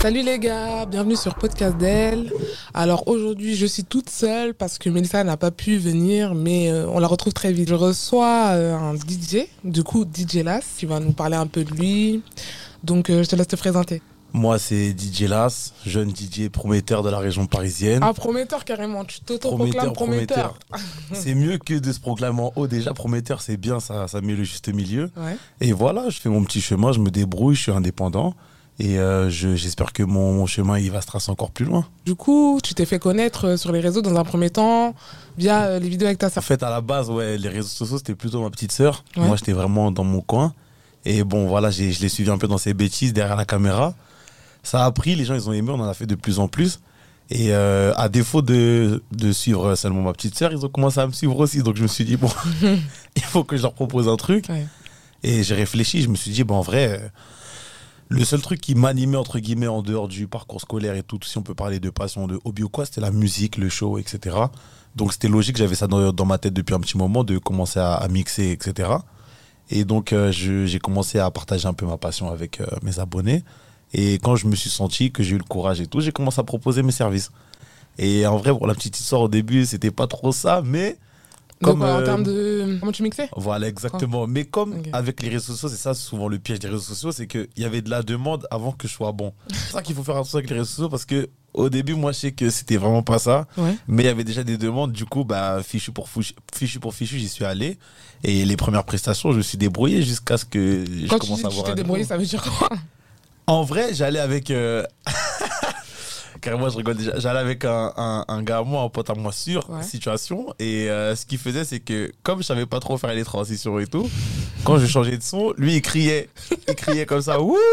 Salut les gars, bienvenue sur Podcast d'elle. Alors aujourd'hui je suis toute seule parce que Mélissa n'a pas pu venir, mais on la retrouve très vite. Je reçois un DJ, du coup DJ Las, qui va nous parler un peu de lui. Donc je te laisse te présenter. Moi c'est DJ Las, jeune DJ prometteur de la région parisienne. Ah, prometteur carrément, tu t'auto-proclames prometteur. C'est mieux que de se proclamer en haut. Déjà prometteur c'est bien, ça met le juste milieu. Ouais. Et voilà, je fais mon petit chemin, je me débrouille, je suis indépendant. Et j'espère que mon chemin il va se tracer encore plus loin. Du coup, tu t'es fait connaître sur les réseaux dans un premier temps via les vidéos avec ta En sœur. fait, à la base, ouais, les réseaux sociaux, c'était plutôt ma petite sœur. Ouais. Moi, j'étais vraiment dans mon coin. Et bon, voilà, je l'ai suivi un peu dans ses bêtises derrière la caméra. Ça a pris, les gens, ils ont aimé, on en a fait de plus en plus. Et à défaut de suivre seulement ma petite sœur, ils ont commencé à me suivre aussi. Donc, je me suis dit, bon, il faut que je leur propose un truc. Ouais. Et j'ai réfléchi, je me suis dit, bon, en vrai... Le seul truc qui m'animait, entre guillemets, en dehors du parcours scolaire et tout, si on peut parler de passion, de hobby ou quoi, c'était la musique, le show, etc. Donc c'était logique, j'avais ça dans ma tête depuis un petit moment, de commencer à mixer, etc. Et donc j'ai commencé à partager un peu ma passion avec mes abonnés. Et quand je me suis senti que j'ai eu le courage et tout, j'ai commencé à proposer mes services. Et en vrai, pour la petite histoire, au début, c'était pas trop ça, mais... Donc en termes de... Comment tu mixais ? Voilà, exactement. Mais comme Okay. avec les réseaux sociaux, c'est ça souvent le piège des réseaux sociaux, c'est qu'il y avait de la demande avant que je sois bon. C'est ça qu'il faut faire attention avec les réseaux sociaux parce que au début, moi, je sais que c'était vraiment pas ça. Ouais. Mais il y avait déjà des demandes. Du coup, bah, fichu pour fichu, j'y suis allé. Et les premières prestations, je me suis débrouillé jusqu'à ce que je Quand tu commence dis à que tu avoir t'es un débrouillé, niveau. ça veut dire quoi ? En vrai, j'allais avec... Carrément, je rigole déjà. J'allais avec un gars à moi, un pote à moi sur Ouais. situation. Et ce qu'il faisait, c'est que comme je savais pas trop faire les transitions et tout, quand je changeais de son, lui, il criait. Il criait comme ça. Wouh!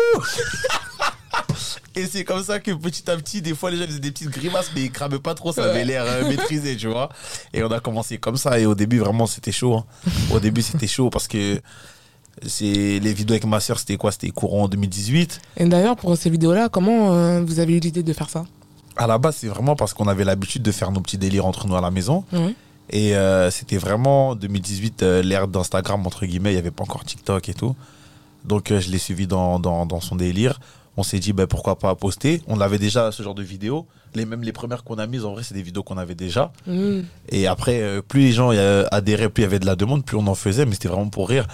Et c'est comme ça que petit à petit, des fois, les gens faisaient des petites grimaces, mais ils cramaient pas trop, ça avait l'air maîtrisé, tu vois. Et on a commencé comme ça. Et au début, vraiment, c'était chaud. Hein. Au début, c'était chaud parce que les vidéos avec ma soeur, c'était quoi? C'était courant en 2018. Et d'ailleurs, pour ces vidéos-là, comment vous avez eu l'idée de faire ça ? À la base, c'est vraiment parce qu'on avait l'habitude de faire nos petits délires entre nous à la maison. Ouais. Et c'était vraiment 2018, l'ère d'Instagram, entre guillemets. Il n'y avait pas encore TikTok et tout. Donc, je l'ai suivi dans son délire. On s'est dit, ben, pourquoi pas poster. On avait déjà ce genre de vidéos. Même les premières qu'on a mises, en vrai, c'est des vidéos qu'on avait déjà. Mmh. Et après, plus les gens adhéraient, plus il y avait de la demande, plus on en faisait. Mais c'était vraiment pour rire.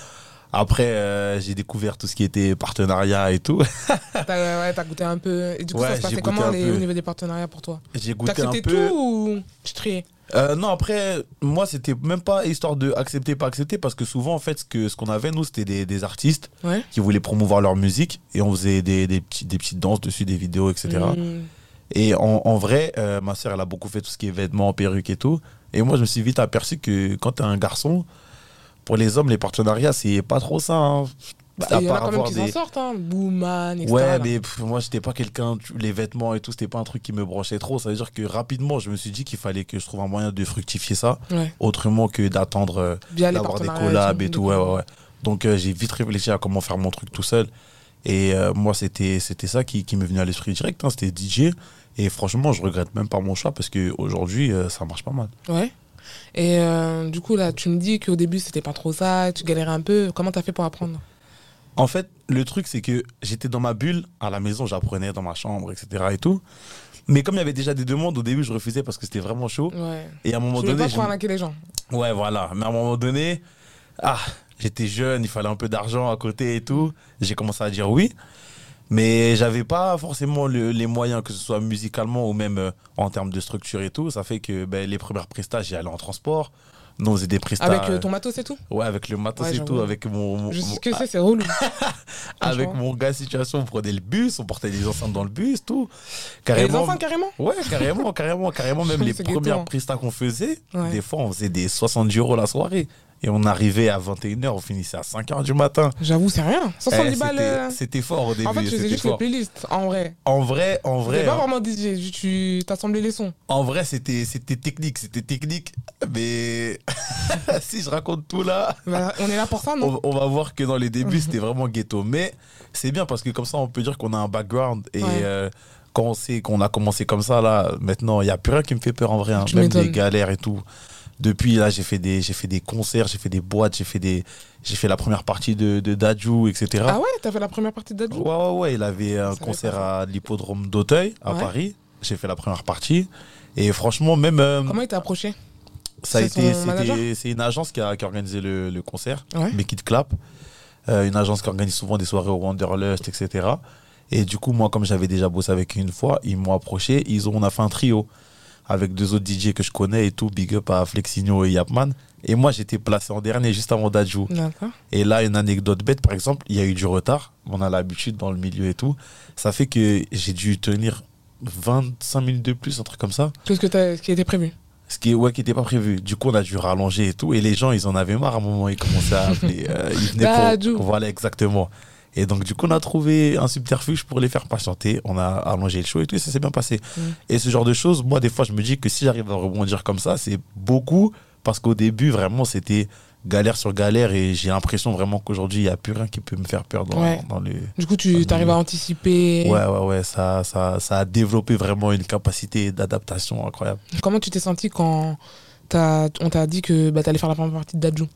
Après, j'ai découvert tout ce qui était partenariat et tout. T'as goûté un peu. Et du coup, Ouais, ça se passait j'ai comment goûté un peu. au niveau des partenariats pour toi ? J'ai goûté un T'acceptais peu. tout ou tu triais ? Non, après, moi, c'était même pas histoire de accepter, pas accepter, parce que souvent, en fait, ce qu'on avait, nous, c'était des artistes Ouais. qui voulaient promouvoir leur musique et on faisait des petites danses dessus, des vidéos, etc. Mmh. Et en vrai, ma soeur, elle a beaucoup fait tout ce qui est vêtements, perruques et tout. Et moi, je me suis vite aperçu que quand t'es un garçon, pour les hommes, les partenariats, c'est pas trop ça. Hein. Bah, À il y en a part quand même avoir qui s'en sortent, hein. Booman, etc. Ouais, là. mais moi, j'étais pas quelqu'un, les vêtements et tout, c'était pas un truc qui me branchait trop. Ça veut dire que rapidement, je me suis dit qu'il fallait que je trouve un moyen de fructifier ça, Ouais. autrement que d'attendre Via les d'avoir des partenariats collabs et tout. Ouais. Donc, j'ai vite réfléchi à comment faire mon truc tout seul. Et moi, c'était ça qui m'est venu à l'esprit direct. Hein, c'était DJ. Et franchement, je regrette même pas mon choix parce qu'aujourd'hui, ça marche pas mal. Ouais. Et du coup, là, tu me dis qu'au début, c'était pas trop ça, tu galérais un peu. Comment t'as fait pour apprendre ? En fait, le truc, c'est que j'étais dans ma bulle, à la maison, j'apprenais dans ma chambre, etc. et tout. Mais comme il y avait déjà des demandes, au début, je refusais parce que c'était vraiment chaud. Ouais. Et à un moment Tu voulais donné. pas trop arnaquer les gens. Ouais, voilà. Mais à un moment donné, j'étais jeune, il fallait un peu d'argent à côté et tout. J'ai commencé à dire oui. Mais j'avais pas forcément les moyens, que ce soit musicalement ou même en termes de structure et tout. Ça fait que les premières prestats, j'y allais en transport. Nous, on faisait des prestats. Avec ton matos et tout ? Ouais, avec le matos Ouais, et j'avoue. tout. Avec mon Je sais ce que c'est relou. avec Franchement. mon gars situation, on prenait le bus, on portait les enceintes dans le bus, tout. Et les enfants, carrément ? Ouais, carrément. Même les C'est premières ghetto, hein. prestats qu'on faisait, Ouais. des fois, on faisait des 70 € la soirée. Et on arrivait à 21h, on finissait à 5h du matin. J'avoue, c'est rien. 70 balles. C'était fort au début. En fait, tu faisais c'était juste les fort. playlists, en vrai. En vrai, C'était pas vraiment DJ, tu t'assemblais les sons. en vrai, c'était technique, mais si je raconte tout là, Bah, on est là pour ça, non ? on va voir que dans les débuts, c'était vraiment ghetto. Mais c'est bien parce que comme ça, on peut dire qu'on a un background et Ouais. quand on sait qu'on a commencé comme ça, là, maintenant, il n'y a plus rien qui me fait peur en vrai. Hein. Tu Même m'étonnes. les galères et tout. Depuis là, j'ai fait des concerts, j'ai fait des boîtes, j'ai fait la première partie de Dadju, etc. Ah ouais, t'as fait la première partie de Dadju? Ouais. Il avait un concert à l'hippodrome d'Auteuil, à Paris. J'ai fait la première partie. Et franchement, même. Comment il t'a approché? C'est une agence qui a organisé le concert, Make It Clap. Une agence qui organise souvent des soirées au Wanderlust, etc. Et du coup, moi, comme j'avais déjà bossé avec eux une fois, ils m'ont approché. On a fait un trio avec 2 autres DJ que je connais et tout. Big up à Flexinho et Yapman. Et moi, j'étais placé en dernier, juste avant Dadju. D'accord. Et là, une anecdote bête, par exemple, il y a eu du retard. On a l'habitude dans le milieu et tout. Ça fait que j'ai dû tenir 25 minutes de plus, un truc comme ça. Tout ce qui était prévu. Ce qui n'était pas prévu. Du coup, on a dû rallonger et tout. Et les gens, ils en avaient marre à un moment. Ils commençaient à appeler. Ils venaient pour... Voilà, exactement. Et donc, du coup, on a trouvé un subterfuge pour les faire patienter. On a allongé le show et tout. Et ça s'est bien passé. Et ce genre de choses, moi, des fois, je me dis que si j'arrive à rebondir comme ça, c'est beaucoup. Parce qu'au début, vraiment, c'était galère sur galère. Et j'ai l'impression vraiment qu'aujourd'hui, il n'y a plus rien qui peut me faire peur dans le... Du coup, tu arrives à anticiper. Ouais. Ça a développé vraiment une capacité d'adaptation incroyable. Comment tu t'es senti quand on t'a dit que tu allais faire la première partie de Dadju?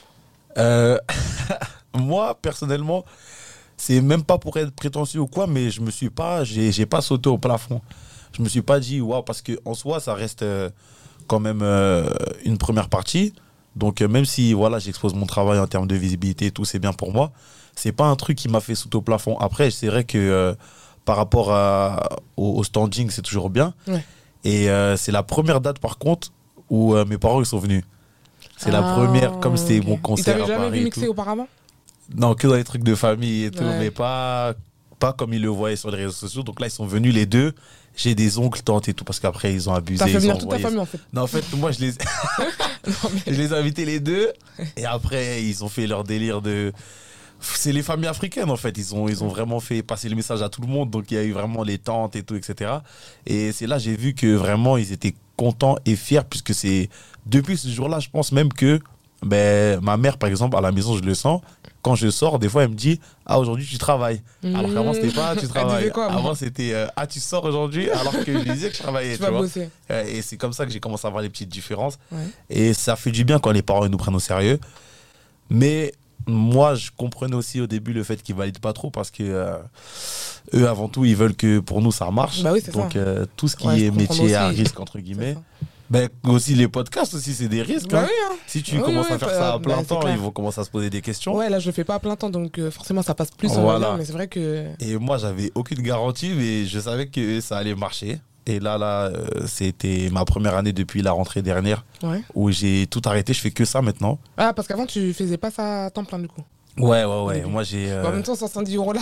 Moi, personnellement, c'est même pas pour être prétentieux ou quoi, mais j'ai pas sauté au plafond. Je me suis pas dit, waouh, parce qu'en soi, ça reste quand même une première partie. Donc, même si voilà, j'expose mon travail en termes de visibilité et tout, c'est bien pour moi. C'est pas un truc qui m'a fait sauter au plafond. Après, c'est vrai que par rapport au standing, c'est toujours bien. Ouais. Et c'est la première date, par contre, où mes parents ils sont venus. C'est la première, comme c'était mon concert à Paris. Ils t'avaient jamais vu mixer auparavant? Non, que dans les trucs de famille et tout, mais pas comme ils le voyaient sur les réseaux sociaux. Donc là, ils sont venus les deux. J'ai des oncles, tantes et tout, parce qu'après, ils ont abusé. T'as fait venir toute ta famille, en fait? Non, en fait, moi, je les ai invités les deux. Et après, ils ont fait leur délire de... C'est les familles africaines, en fait. Ils ont vraiment fait passer le message à tout le monde. Donc, il y a eu vraiment les tantes et tout, etc. Et c'est là, j'ai vu que vraiment, ils étaient contents et fiers, puisque c'est... Depuis ce jour-là, je pense même que ma mère, par exemple, à la maison, je le sens. Quand je sors, des fois, elle me dit « Ah, aujourd'hui, tu travailles. » Alors qu'avant, c'était pas « Tu travailles. » Avant, c'était « Ah, tu sors aujourd'hui ?» Alors que je disais que je travaillais. Tu vas bosser. Et c'est comme ça que j'ai commencé à voir les petites différences. Ouais. Et ça fait du bien quand les parents nous prennent au sérieux. Mais moi, je comprenais aussi au début le fait qu'ils valident pas trop parce que eux, avant tout, ils veulent que pour nous, ça marche. Bah oui, c'est donc, ça. Tout ce qui est métier à risque, entre guillemets. Aussi les podcasts aussi c'est des risques. Bah oui, hein. Si tu commences à faire ça à plein temps, ils vont commencer à se poser des questions. Ouais, là je le fais pas à plein temps, donc forcément ça passe plus voilà. mais c'est vrai que... Et moi j'avais aucune garantie, mais je savais que ça allait marcher. Et là c'était ma première année depuis la rentrée dernière, où j'ai tout arrêté, je fais que ça maintenant. Ah, parce qu'avant tu faisais pas ça à temps plein du coup? Ouais. Moi j'ai... En même temps 170 € là.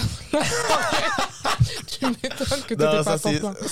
Tu m'étonnes que t'étais pas à temps plein.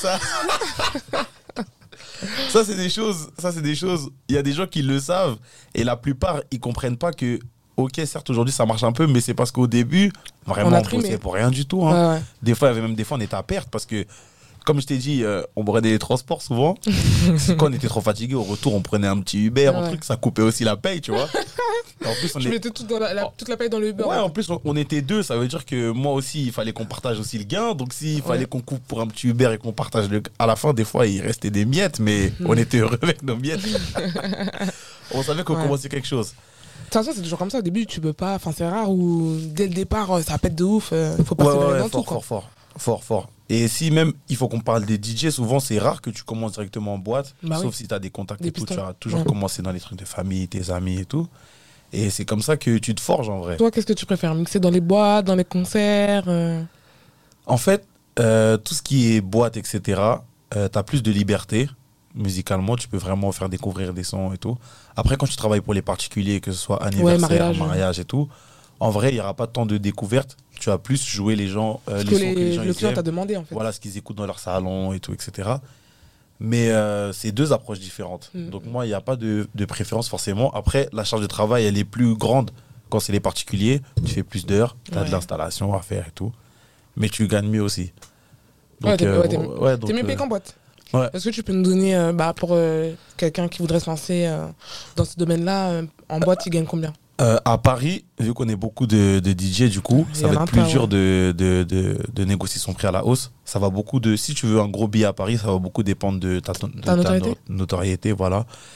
Ça, c'est des choses. Il y a des gens qui le savent et la plupart, ils comprennent pas que, ok, certes, aujourd'hui, ça marche un peu, mais c'est parce qu'au début, vraiment, on bossait pour rien du tout. Hein. Ouais. Des fois, on était à perte parce que, comme je t'ai dit, on prenait les transports souvent. Quand on était trop fatigué, au retour, on prenait un petit Uber, un truc, ça coupait aussi la paye, tu vois. En plus, tu mettais toute la paye dans le Uber. Ouais, en plus, on était deux, ça veut dire que moi aussi, il fallait qu'on partage aussi le gain. Donc, s'il fallait qu'on coupe pour un petit Uber et qu'on partage à la fin, des fois, il restait des miettes, mais on était heureux avec nos miettes. On savait qu'on commençait quelque chose. De toute façon, c'est toujours comme ça. Au début, tu peux pas. Enfin, c'est rare où dès le départ, ça pète de ouf. Faut passer dans tout. Fort. Et si même il faut qu'on parle des DJ, souvent c'est rare que tu commences directement en boîte, sauf si tu as des contacts et tout. Tu vas toujours commencer dans les trucs de famille, tes amis et tout. Et c'est comme ça que tu te forges en vrai. Toi, qu'est-ce que tu préfères? Mixer dans les boîtes, dans les concerts En fait, tout ce qui est boîte, etc., tu as plus de liberté. Musicalement, tu peux vraiment faire découvrir des sons et tout. Après, quand tu travailles pour les particuliers, que ce soit anniversaire, mariage et tout, en vrai, il n'y aura pas tant de découvertes. Tu vas plus jouer les gens, les sons que les gens le client t'a demandé en fait. Voilà ce qu'ils écoutent dans leur salon et tout, etc. Mais c'est deux approches différentes. Donc moi, il n'y a pas de préférence forcément. Après, la charge de travail, elle est plus grande quand c'est les particuliers. Tu fais plus d'heures, tu as de l'installation à faire et tout. Mais tu gagnes mieux aussi. Donc, t'es mieux payé qu'en boîte. Ouais. Est-ce que tu peux nous donner, pour quelqu'un qui voudrait se lancer dans ce domaine-là, en boîte, il gagne combien? À Paris, vu qu'on est beaucoup de DJ, du coup, ça va être plus dur de négocier son prix à la hausse. Ça va si tu veux un gros billet à Paris, ça va beaucoup dépendre de ta notoriété, voilà.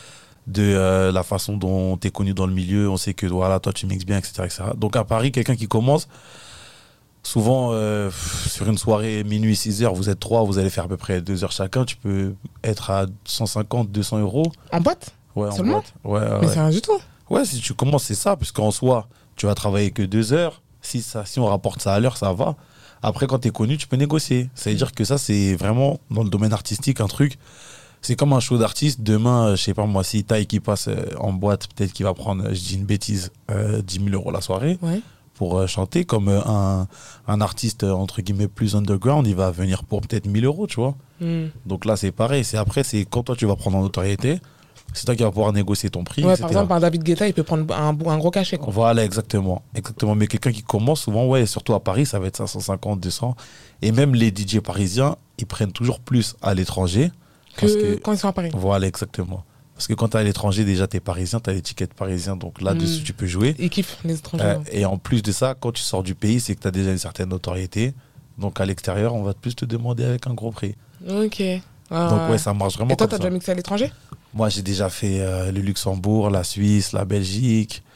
de la façon dont tu es connu dans le milieu. On sait que voilà, toi, tu mixes bien, etc., etc. Donc à Paris, quelqu'un qui commence, souvent, sur une soirée minuit, 6h, vous êtes 3, vous allez faire à peu près 2 heures chacun. Tu peux être à 150, 200 euros. En boîte? Ouais, en Seulement? boîte. Ouais, Mais c'est rien du tout. Ouais, si tu commences, c'est ça, puisqu'en soi, tu vas travailler que 2 heures. Si on rapporte ça à l'heure, ça va. Après, quand tu es connu, tu peux négocier. Ça veut dire que ça, c'est vraiment, dans le domaine artistique, un truc. C'est comme un show d'artiste. Demain, je sais pas moi, si Taï qui passe en boîte, peut-être qu'il va prendre, je dis une bêtise, 10 000 euros la soirée Ouais. pour chanter. Comme un artiste, entre guillemets, plus underground, il va venir pour peut-être 1 000 euros, tu vois. Donc là, c'est pareil. Après, c'est quand toi, tu vas prendre en notoriété, c'est toi qui vas pouvoir négocier ton prix. Ouais, etc. par exemple, un David Guetta, il peut prendre un gros cachet, quoi. Voilà, exactement. Exactement. Mais quelqu'un qui commence, souvent, ouais, surtout à Paris, ça va être 550, 200. Et même les DJ parisiens, ils prennent toujours plus à l'étranger. Que quand ils sont à Paris. Voilà, exactement. Parce que quand tu es à l'étranger, déjà, tu es parisien, tu as l'étiquette parisien. Donc là-dessus, tu peux jouer. Ils kiffent les étrangers. Et en plus de ça, quand tu sors du pays, c'est que tu as déjà une certaine notoriété. Donc à l'extérieur, on va plus te demander avec un gros prix. Ok. Donc ouais, ça marche vraiment. Et toi, comme t'as ça. déjà mixé à l'étranger? Moi, j'ai déjà fait le Luxembourg, la Suisse, la Belgique,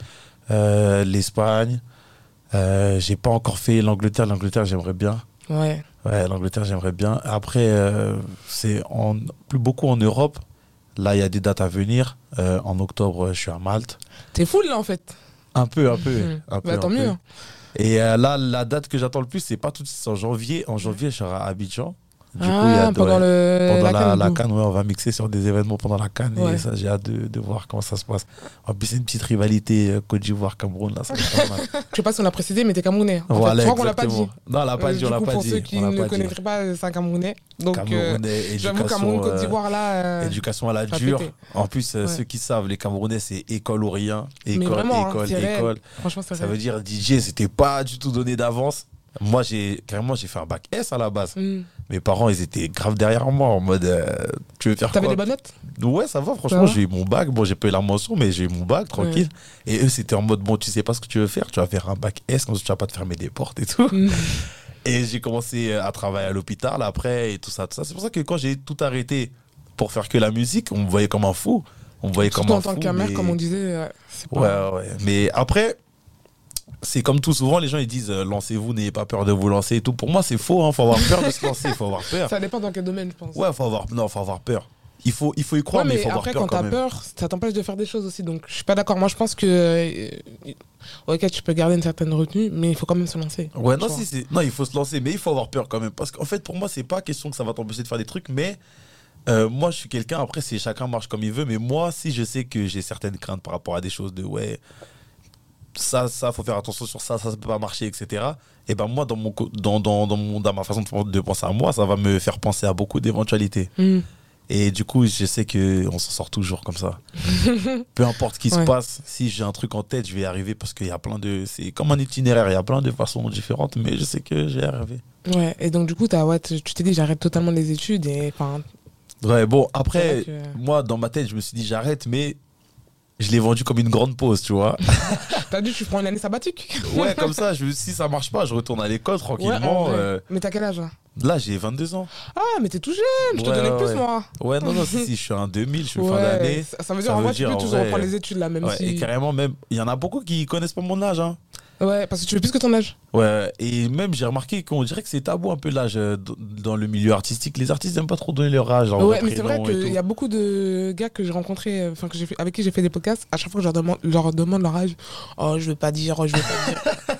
l'Espagne. J'ai pas encore fait l'Angleterre. L'Angleterre, j'aimerais bien. Ouais. Ouais, l'Angleterre, j'aimerais bien. Après, c'est plus beaucoup en Europe. Là, il y a des dates à venir. En octobre, je suis à Malte. T'es full, là, en fait. Un peu. Bah, tant mieux. Et là, la date que j'attends le plus, c'est pas tout de suite, c'est en janvier. En janvier, je serai à Abidjan. Du coup, il y a pendant la CAN, ouais, on va mixer sur des événements pendant la CAN. Ouais. Et ça, j'ai hâte de voir comment ça se passe. En plus, c'est une petite rivalité Côte d'Ivoire-Cameroun. Là, ça va être pas mal. Je sais pas si on l'a précisé, mais t'es Camerounais. En Voilà, fait, je crois qu'on l'a pas exactement. dit. Non, on l'a pas dit, on l'a pas pour dit. ceux qui On l'a ne pas dit. connaîtraient pas, c'est un Camerounais. Donc, Camerounais, j'avoue, éducation, Cameroun, Côte d'Ivoire, là. éducation à la ça a dure. pété. En plus, ceux qui savent, les Camerounais, c'est école ou rien. Mais École, vraiment, école, c'est réel. école. Franchement, c'est Ça vrai. veut dire DJ, c'était pas du tout donné d'avance. Moi, j'ai fait un bac S à la base. Mes parents, ils étaient grave derrière moi en mode tu veux faire quoi? T'avais des bonnes notes? Ouais, ça va, franchement, Ça va. j'ai eu mon bac. Bon, j'ai pas eu la mention, mais j'ai eu mon bac, tranquille. Et eux, c'était en mode bon, tu sais pas ce que tu veux faire, tu vas faire un bac S, comme ça tu vas pas te fermer des portes et tout. Et j'ai commencé à travailler à l'hôpital après et tout ça, tout ça. C'est pour ça que quand j'ai tout arrêté pour faire que la musique, on me voyait comme un fou. On me voyait Surtout comme un en tant fou. que camère, mais- comme on disait. C'est pas... Ouais. Mais après, c'est comme tout souvent, les gens ils disent lancez-vous, n'ayez pas peur de vous lancer et tout. Pour moi, c'est faux, hein. Faut avoir peur de se lancer, faut avoir peur. Ça dépend dans quel domaine, je pense. Ouais, faut avoir peur. Il faut y croire, Ouais, mais il mais faut avoir après, peur quand quand t'as même. peur, ça t'empêche de faire des choses aussi. Donc, je suis pas d'accord. Moi, je pense que. Ok, tu peux garder une certaine retenue, mais il faut quand même se lancer. Ouais, non, Tu vois. non, il faut se lancer, mais il faut avoir peur quand même. Parce qu'en fait, pour moi, c'est pas question que ça va t'empêcher de faire des trucs, mais moi, je suis quelqu'un, après, c'est chacun marche comme il veut, mais moi, si je sais que j'ai certaines craintes par rapport à des choses de ouais, ça, faut faire attention sur ça, ça peut pas marcher, etc. Et ben moi, dans ma façon de penser à moi, ça va me faire penser à beaucoup d'éventualités. Et du coup, je sais qu'on s'en sort toujours comme ça. Peu importe ce qui se Ouais. passe, si j'ai un truc en tête, je vais y arriver parce qu'il y a plein de. C'est comme un itinéraire, il y a plein de façons différentes, mais je sais que je vais y arriver. Ouais, et donc, du coup, tu t'es dit, j'arrête totalement les études. Et enfin, Ouais, bon, c'est après, vrai que- moi, dans ma tête, je me suis dit j'arrête, mais je l'ai vendu comme une grande pause, tu vois. t'as dit, tu prends une année sabbatique. Ouais, comme ça, si ça marche pas, je retourne à l'école Ouais, tranquillement. en vrai. Mais t'as quel âge là? Là, j'ai 22 ans. Ah, mais t'es tout jeune, je te Ouais, donnais ouais, plus, ouais. moi. Ouais, non, si, je suis en 2000, je suis fin Ouais, d'année. ça veut dire, Ça en veut vrai, tu dire, peux en toujours vrai, reprendre les études là, même Ouais, si. et carrément, même, il y en a beaucoup qui connaissent pas mon âge, hein. Ouais, parce que tu fais plus que ton âge. Ouais, et même j'ai remarqué qu'on dirait que c'est tabou un peu l'âge dans le milieu artistique. Les artistes n'aiment pas trop donner leur âge. Leur Ouais, vrai mais c'est vrai prénom et qu'il tout. y a beaucoup de gars que j'ai rencontrés, enfin avec qui j'ai fait des podcasts. À chaque fois que je leur demande leur âge, oh, je veux pas dire, je veux pas dire.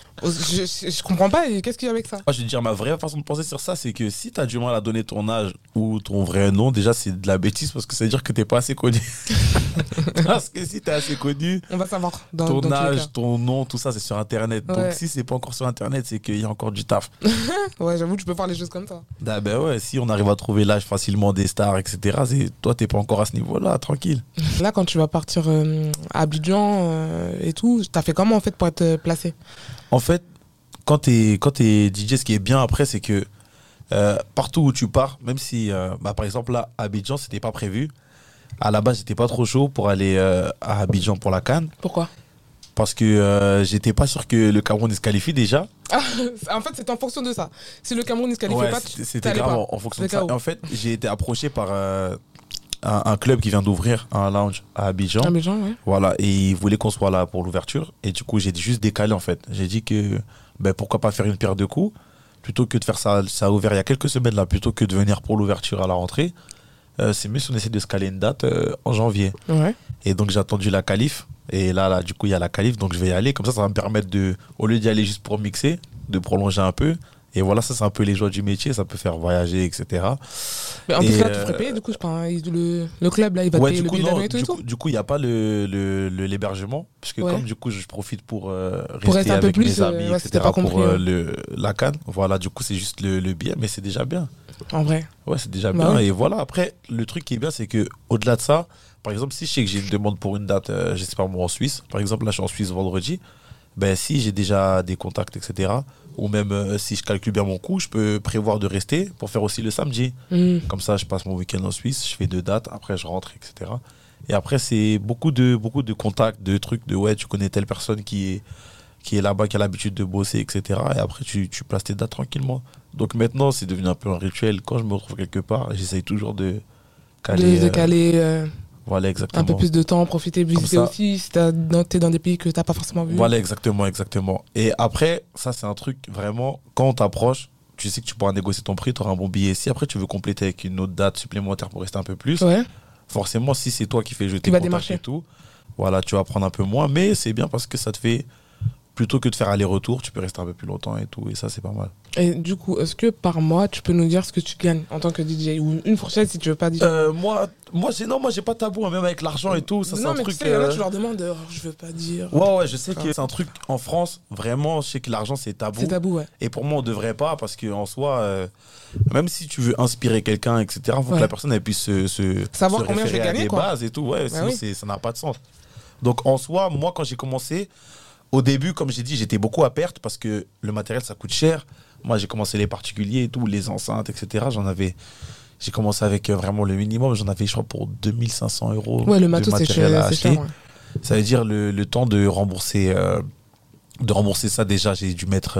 Je comprends pas, et qu'est-ce qu'il y a avec ça? Moi, je vais te dire, ma vraie façon de penser sur ça, c'est que si tu as du mal à donner ton âge ou ton vrai nom, déjà, c'est de la bêtise parce que ça veut dire que t'es pas assez connu. Parce que si tu es assez connu, On va savoir dans ton tous les âge, cas. ton nom, tout ça, c'est sur Internet. Ouais. Donc, si c'est pas encore sur Internet, c'est qu'il y a encore du taf. Ouais, j'avoue, tu peux faire les choses comme ça. Ah ben ouais, si on arrive à trouver l'âge facilement des stars, etc., toi, t'es pas encore à ce niveau-là, tranquille. Là, quand tu vas partir à Abidjan et tout, t'as fait comment en fait pour être placé? En fait, quand t'es DJ, ce qui est bien après, c'est que partout où tu pars, même si, par exemple, là, à Abidjan, c'était pas prévu. À la base, j'étais pas trop chaud pour aller à Abidjan pour la CAN. Pourquoi? Parce que j'étais pas sûr que le Cameroun se qualifie déjà. En fait, c'est en fonction de ça. Si le Cameroun ne se qualifie Ouais, pas, c'était t'allais grave pas. en fonction de C'est ça. KO. Et en fait, j'ai été approché par un club qui vient d'ouvrir un lounge à Abidjan. Abidjan, ouais. Voilà, et ils voulaient qu'on soit là pour l'ouverture. Et du coup, j'ai juste décalé en fait. J'ai dit que pourquoi pas faire une pierre de coups plutôt que de faire ça. Ça a ouvert il y a quelques semaines là, plutôt que de venir pour l'ouverture à la rentrée. C'est mieux si on essaie de se caler une date en janvier. Ouais. Et donc j'ai attendu la qualif. Et là, du coup, il y a la qualif, donc je vais y aller. Comme ça va me permettre au lieu d'y aller juste pour mixer, de prolonger un peu. Et voilà, ça c'est un peu les joies du métier, ça peut faire voyager, etc. Mais en plus là, tu ferais payer, du coup, je pense, le club là, il va te payer le billet d'avion et tout. Du coup, il n'y a pas l'hébergement, puisque Ouais. comme du coup, je profite pour Pour rester rester un peu avec plus, mes amis, ouais, etc. c'était pas compris, pour ouais. la CAN. Voilà, du coup, c'est juste le billet, mais c'est déjà bien. En vrai. Ouais, c'est déjà Bah bien. ouais. Et voilà, après, le truc qui est bien, c'est que au-delà de ça, par exemple, si je sais que j'ai une demande pour une date, je sais pas moi, en Suisse, par exemple, là, je suis en Suisse vendredi, si j'ai déjà des contacts, etc., ou même si je calcule bien mon coût, je peux prévoir de rester pour faire aussi le samedi. Mm. Comme ça, je passe mon week-end en Suisse, je fais 2 dates, après je rentre, etc. Et après, c'est beaucoup de contacts, de trucs, ouais, tu connais telle personne qui est là-bas, qui a l'habitude de bosser, etc. Et après, tu places tes dates tranquillement. Donc maintenant, c'est devenu un peu un rituel. Quand je me retrouve quelque part, j'essaye toujours de caler. De caler Voilà, exactement. un peu plus de temps, profiter, visiter ça. aussi, si t'es dans des pays que t'as pas forcément vu. Voilà, exactement. Et après, ça, c'est un truc vraiment, quand on t'approche, tu sais que tu pourras négocier ton prix, tu auras un bon billet. Si après, tu veux compléter avec une autre date supplémentaire pour rester un peu plus, Ouais. forcément, si c'est toi qui fais jeter Tu vas contacts démarcher. et tout, voilà, tu vas prendre un peu moins. Mais c'est bien parce que ça te fait, plutôt que de faire aller-retour, tu peux rester un peu plus longtemps et tout. Et ça, c'est pas mal. Et du coup, est-ce que par mois, tu peux nous dire ce que tu gagnes en tant que DJ ou une fourchette si tu veux pas dire. Moi, j'ai pas de tabou, hein, même avec l'argent et tout. Ça, c'est Non, un mais truc. tu sais, il y en a, tu leur demandes, je veux pas dire. Ouais, je sais que c'est un truc en France, vraiment, je sais que l'argent c'est tabou. C'est tabou, ouais. Et pour moi, on devrait pas, parce qu'en soi, même si tu veux inspirer quelqu'un, etc., il faut Ouais. que la personne elle puisse Savoir se combien je vais référer à gagner, des quoi. bases et tout. Ouais, Bah sinon, oui. ça n'a pas de sens. Donc en soi, moi, quand j'ai commencé, au début, comme j'ai dit, j'étais beaucoup à perte parce que le matériel, ça coûte cher. Moi, j'ai commencé les particuliers et tout, les enceintes, etc. J'ai commencé avec vraiment le minimum. J'en avais, je crois, pour 2500 euros Ouais, le de matos, c'est matériel à cher, c'est acheter. cher, ouais. Ça veut dire le temps de rembourser ça, déjà, j'ai dû mettre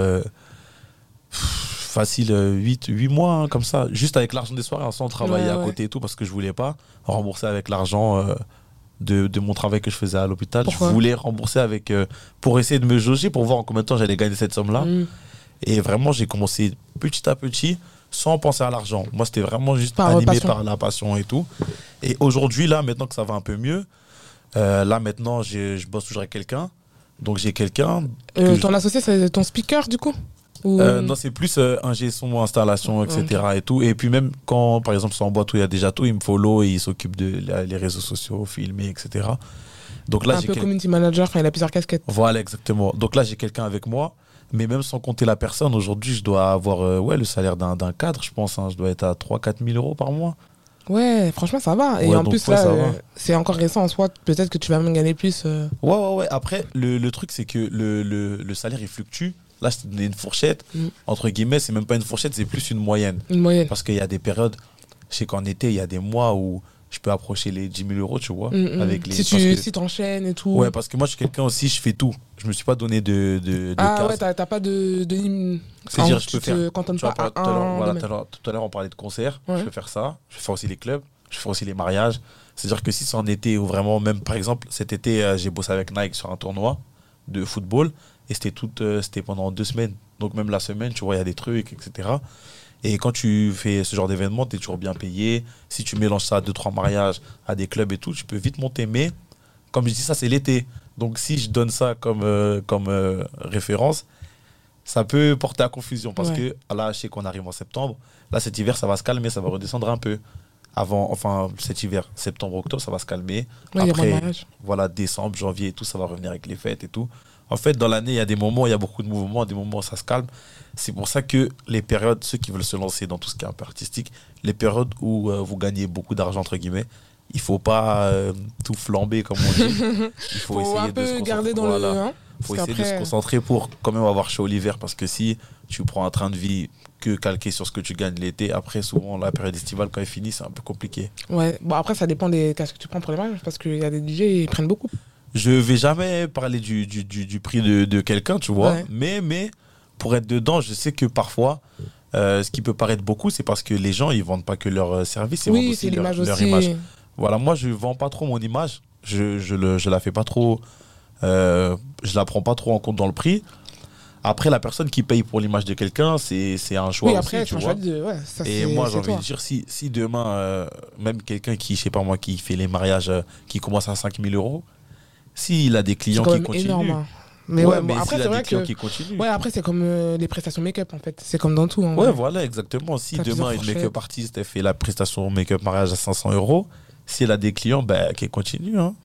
facile 8 mois, hein, comme ça, juste avec l'argent des soirées, hein, sans travailler à Ouais. côté et tout, parce que je voulais pas rembourser avec l'argent de mon travail que je faisais à l'hôpital. Pourquoi Je voulais rembourser avec pour essayer de me jauger, pour voir en combien de temps j'allais gagner cette somme-là. Mm. Et vraiment, j'ai commencé petit à petit, sans penser à l'argent. Moi, c'était vraiment juste Par animé passion. par la passion et tout. Et aujourd'hui, là, maintenant que ça va un peu mieux, là, maintenant, je bosse toujours avec quelqu'un. Donc, j'ai quelqu'un. Ton associé, c'est ton speaker, du coup Ou... Non, c'est plus ingé son, installation, etc. Et tout. Et puis, même quand, par exemple, c'est en boîte où il y a déjà tout, il me follow et il s'occupe les réseaux sociaux, filmer, etc. Donc là, un peu community manager, enfin, il a plusieurs casquettes. Voilà, exactement. Donc là, j'ai quelqu'un avec moi. Mais même sans compter la personne, aujourd'hui, je dois avoir le salaire d'un cadre, je pense. Hein. Je dois être à 3-4 000 euros par mois. Ouais, franchement, ça va. Et Ouais, en donc, plus, ouais, là, ça va. c'est encore récent en soi. Peut-être que tu vas même gagner plus. Ouais. Après, le truc, c'est que le salaire, il fluctue. Là, je t'ai donné une fourchette. Mm. Entre guillemets, c'est même pas une fourchette, c'est plus une moyenne. Une moyenne. Parce qu'il y a des périodes, je sais qu'en été, il y a des mois où je peux approcher les 10 000 euros, tu vois. Avec les, Si t'enchaînes et tout. Ouais, parce que moi, je suis quelqu'un aussi, je fais tout. Je me suis pas donné de Ah case. ouais, t'as pas de C'est-dire, je tu peux faire. te cantonnes Tu vois, pas tout à à l'heure, un voilà, domaine. tout à l'heure, on parlait de concerts. Ouais. Je peux faire ça. Je peux faire aussi les clubs. Je fais aussi les mariages. C'est-à-dire que si c'est en été ou vraiment, même par exemple, cet été, j'ai bossé avec Nike sur un tournoi de football et c'était pendant 2 semaines. Donc même la semaine, tu vois, il y a des trucs, etc. Et quand tu fais ce genre d'événement, tu es toujours bien payé. Si tu mélanges ça à 2-3 mariages, à des clubs et tout, tu peux vite monter. Mais comme je dis, ça c'est l'été. Donc si je donne ça comme référence, ça peut porter à confusion parce Ouais. que là, je sais qu'on arrive en septembre. Là, cet hiver, ça va se calmer, ça va redescendre un peu. Cet hiver, septembre, octobre, ça va se calmer. Ouais, il y a moins de Après, mariages. voilà, décembre, janvier et tout, ça va revenir avec les fêtes et tout. En fait, dans l'année, il y a des moments où il y a beaucoup de mouvements, des moments où ça se calme. C'est pour ça que les périodes, ceux qui veulent se lancer dans tout ce qui est un peu artistique, les périodes où vous gagnez beaucoup d'argent, entre guillemets, il faut pas tout flamber, comme on dit. Il faut essayer un de se peu concentrer. garder dans Voilà. le. Hein, Faut parce essayer de se qu'après- concentrer pour quand même avoir chaud l'hiver, parce que si tu prends un train de vie que calqué sur ce que tu gagnes l'été, après souvent la période estivale quand elle finit c'est un peu compliqué. Ouais, bon après ça dépend des casques que tu prends pour les mariages parce qu'il y a des DJ ils prennent beaucoup. Je vais jamais parler du prix de quelqu'un, tu vois, Ouais. mais pour être dedans, je sais que parfois ce qui peut paraître beaucoup, c'est parce que les gens ils vendent pas que leur service, ils vendent Oui, aussi c'est l'image leur aussi. image. Voilà, moi, je vends pas trop mon image. Je la fais pas trop. Je la prends pas trop en compte dans le prix. Après, la personne qui paye pour l'image de quelqu'un, c'est un choix Oui, aussi, après, tu c'est un vois. choix de. Ouais, ça, Et moi, j'ai c'est envie de toi. dire, si demain, même quelqu'un qui, je sais pas moi, qui fait les mariages, qui commence à 5 000 euros, s'il a des C'est clients quand qui même énorme, continuent. hein. Mais Ouais, ouais, bon, mais après, s'il c'est a des vrai clients que. qui continuent. Ouais, après, c'est comme les prestations make-up, en fait. C'est comme dans tout, en Ouais, vrai. voilà, exactement. Si T'as plusieurs demain, une make-up fourchettes. artiste, elle fait la prestation make-up mariage à 500 euros, si elle a des clients, ben, qu'elle continue, hein.